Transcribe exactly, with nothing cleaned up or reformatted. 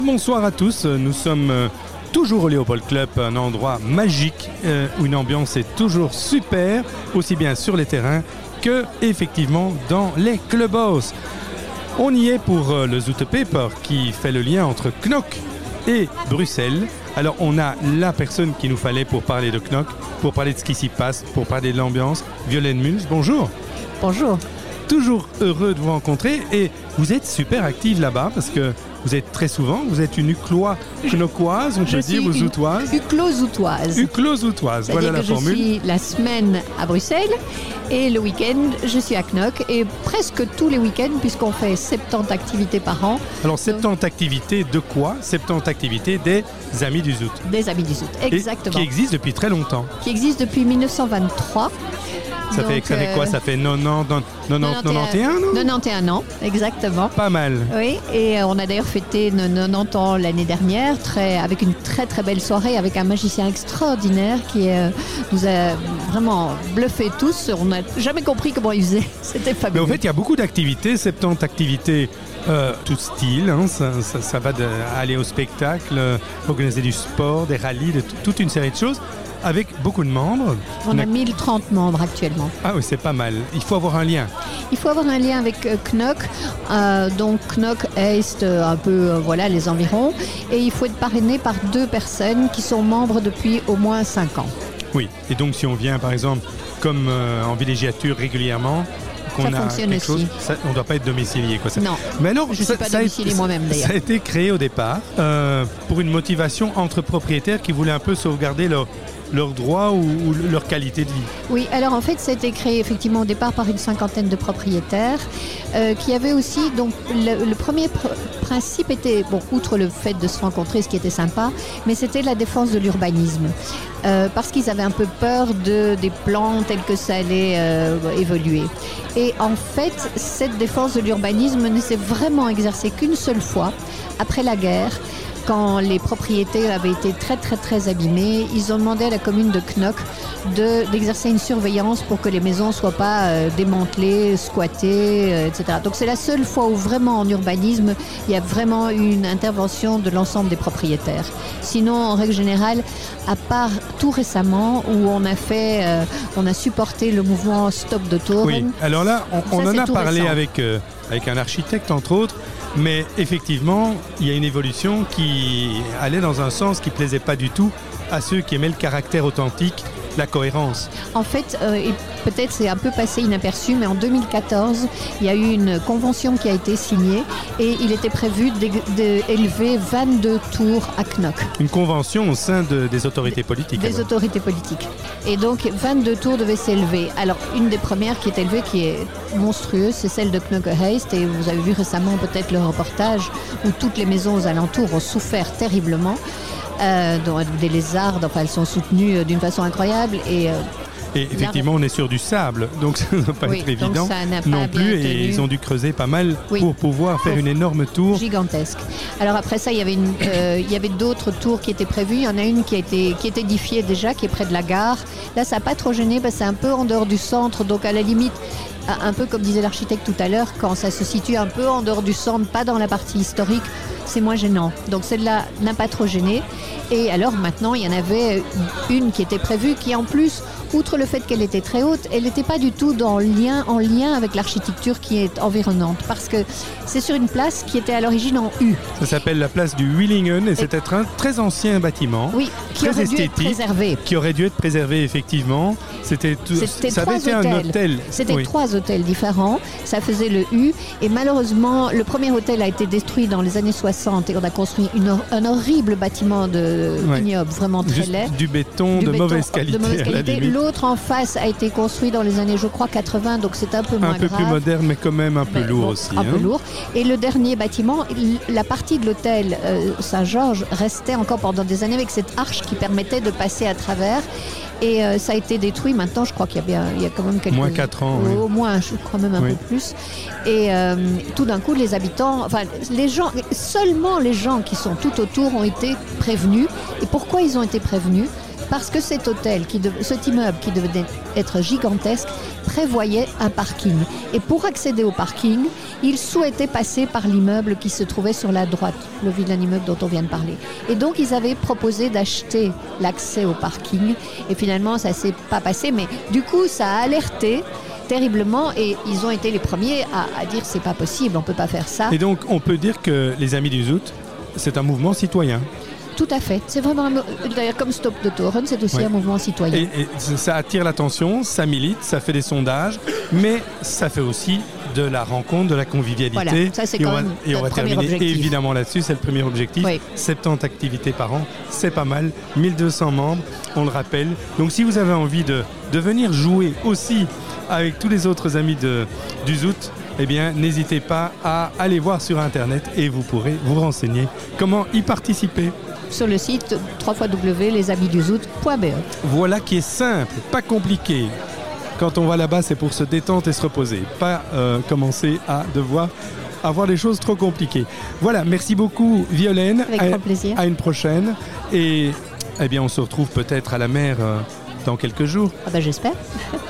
Bonsoir à tous, nous sommes toujours au Léopold Club, un endroit magique euh, où une ambiance est toujours super, aussi bien sur les terrains que effectivement dans les clubhouse. On y est pour euh, le Zoete Paper qui fait le lien entre Knock et Bruxelles. Alors on a la personne qu'il nous fallait pour parler de Knock, pour parler de ce qui s'y passe, pour parler de l'ambiance. Violaine Muls, bonjour. Bonjour. Toujours heureux de vous rencontrer et vous êtes super active là-bas parce que vous êtes très souvent, vous êtes une Uclois knockoise, on je peut dire, ou zoutoise. Uclo-zoutoise. Uclo-zoutoise, voilà la que formule. Je suis la semaine à Bruxelles et le week-end, je suis à Knock et presque tous les week-ends puisqu'on fait soixante-dix activités par an. Alors soixante-dix Donc, activités de quoi? soixante-dix activités des Amis du Zout. Des Amis du Zout, exactement. Et qui existent depuis très longtemps. Qui existent depuis mille neuf cent vingt-trois. Ça, Donc, fait, ça fait quoi? Ça fait quatre-vingt-dix, quatre-vingt-onze ans, non? quatre-vingt-onze ans, exactement. Pas mal. Oui, et on a d'ailleurs fêté nos quatre-vingt-dix ans l'année dernière, très, avec une très très belle soirée, avec un magicien extraordinaire qui euh, nous a vraiment bluffé tous. On n'a jamais compris comment il faisait. C'était fabuleux. Mais en fait, il y a beaucoup d'activités, soixante-dix activités, euh, tout style. Hein, ça, ça, ça va de, aller au spectacle, euh, organiser du sport, des rallyes, de t- toute une série de choses. Avec beaucoup de membres. On a mille trente membres actuellement. Ah oui, c'est pas mal. Il faut avoir un lien. Il faut avoir un lien avec euh, Knock. Euh, donc Knock Est, euh, un peu euh, voilà les environs. Et il faut être parrainé par deux personnes qui sont membres depuis au moins cinq ans. Oui, et donc si on vient par exemple comme euh, en villégiature régulièrement, qu'on ça a fonctionne quelque aussi. chose, ça, on ne doit pas être domicilié. Quoi, ça. Non, mais alors, je ne ça, suis pas ça domicilié a, moi-même d'ailleurs. Ça a été créé au départ euh, pour une motivation entre propriétaires qui voulaient un peu sauvegarder leur leurs droits ou, ou leur qualité de vie. Oui, alors en fait, ça a été créé effectivement au départ par une cinquantaine de propriétaires euh, qui avaient aussi, donc le, le premier pr- principe était, bon, outre le fait de se rencontrer, ce qui était sympa, mais c'était la défense de l'urbanisme. Euh, parce qu'ils avaient un peu peur de, des plans tels que ça allait euh, évoluer. Et en fait, cette défense de l'urbanisme ne s'est vraiment exercée qu'une seule fois, après la guerre, quand les propriétés avaient été très très très abîmées. Ils ont demandé à la commune de Knock de, d'exercer une surveillance pour que les maisons ne soient pas euh, démantelées, squattées, euh, et cetera. Donc c'est la seule fois où vraiment en urbanisme, il y a vraiment une intervention de l'ensemble des propriétaires. Sinon, en règle générale, à part tout récemment où on a fait, euh, on a supporté le mouvement Stop de Toren. Oui, alors là, on, on ça, en a parlé récent. avec, euh, avec un architecte entre autres. Mais effectivement, il y a une évolution qui allait dans un sens qui ne plaisait pas du tout à ceux qui aimaient le caractère authentique, la cohérence. En fait, euh, et peut-être c'est un peu passé inaperçu, mais en deux mille quatorze, il y a eu une convention qui a été signée et il était prévu d'élever vingt-deux tours à Knock. Une convention au sein de, des autorités politiques. Des alors. autorités politiques. Et donc, vingt-deux tours devaient s'élever. Alors, une des premières qui est élevée, qui est monstrueuse, c'est celle de Knock Heist. Et vous avez vu récemment peut-être le reportage où toutes les maisons aux alentours ont souffert terriblement. Euh, donc, des lézardes, enfin, elles sont soutenues d'une façon incroyable. Et, euh, et effectivement, on est sur du sable, donc ça ne va pas oui, être évident ça n'a pas non plus. bien Et ils ont dû creuser pas mal oui. pour pouvoir faire une énorme tour. Gigantesque. Alors après ça, il y avait, une, euh, il y avait d'autres tours qui étaient prévues. Il y en a une qui, a été, qui est édifiée déjà, qui est près de la gare. Là, ça n'a pas trop gêné, parce que c'est un peu en dehors du centre, donc à la limite, un peu comme disait l'architecte tout à l'heure, quand ça se situe un peu en dehors du centre, pas dans la partie historique, c'est moins gênant. Donc celle-là n'a pas trop gêné. Et alors maintenant, il y en avait une qui était prévue, qui en plus, outre le fait qu'elle était très haute, elle n'était pas du tout dans lien, en lien avec l'architecture qui est environnante. Parce que c'est sur une place qui était à l'origine en U. Ça s'appelle la place du Willingen et c'était un très ancien bâtiment. Oui, qui très aurait dû esthétique, être préservé. Qui aurait dû être préservé, effectivement. C'était, tout, C'était ça avait été hôtels. un hôtel. C'était oui. trois hôtels différents. Ça faisait le U. Et malheureusement, le premier hôtel a été détruit dans les années soixante et on a construit une, un horrible bâtiment de Ouais. ignoble, vraiment très Juste laid. du béton, Du de, béton mauvaise qualité, de mauvaise à la qualité. limite. L'autre en face a été construit dans les années, je crois, quatre-vingts, donc c'est un peu moins Un peu grave. plus moderne, mais quand même un peu Mais lourd bon, aussi. Un hein. peu lourd. Et le dernier bâtiment, la partie de l'hôtel euh, Saint-Georges restait encore pendant des années avec cette arche qui permettait de passer à travers. Et euh, ça a été détruit. Maintenant, je crois qu'il y a, bien, il y a quand même quelques... Moins quatre ans, oui. Au moins, je crois même un Oui. peu plus. Et euh, tout d'un coup, les habitants... Enfin, les gens... Seulement les gens qui sont tout autour ont été prévenus. Et pourquoi ils ont été prévenus ? parce que cet hôtel, qui dev... cet immeuble qui devait être gigantesque, prévoyait un parking. Et pour accéder au parking, ils souhaitaient passer par l'immeuble qui se trouvait sur la droite, le vilain immeuble dont on vient de parler. Et donc, ils avaient proposé d'acheter l'accès au parking. Et finalement, ça ne s'est pas passé. Mais du coup, ça a alerté terriblement et ils ont été les premiers à, à dire c'est pas possible, on peut pas faire ça. Et donc, on peut dire que les Amis du Zout, c'est un mouvement citoyen. Tout à fait. C'est vraiment un, d'ailleurs comme Stop d'Autorun, c'est aussi ouais. un mouvement citoyen. Et, et ça attire l'attention, ça milite, ça fait des sondages, mais ça fait aussi de la rencontre, de la convivialité. Voilà, ça c'est et quand on va, même et on va terminer objectif. évidemment là-dessus, c'est le premier objectif. Oui. soixante-dix activités par an, c'est pas mal. mille deux cents membres, on le rappelle. Donc si vous avez envie de, de venir jouer aussi avec tous les autres amis de, du Zout, eh bien, n'hésitez pas à aller voir sur Internet et vous pourrez vous renseigner comment y participer. Sur le site w w w point les amis du zout point b e. Voilà qui est simple, pas compliqué. Quand on va là-bas, c'est pour se détendre et se reposer. Pas euh, commencer à devoir avoir des choses trop compliquées. Voilà, merci beaucoup Violaine. Avec grand plaisir. À une prochaine. Et eh bien, on se retrouve peut-être à la mer euh, dans quelques jours. Ah ben, j'espère.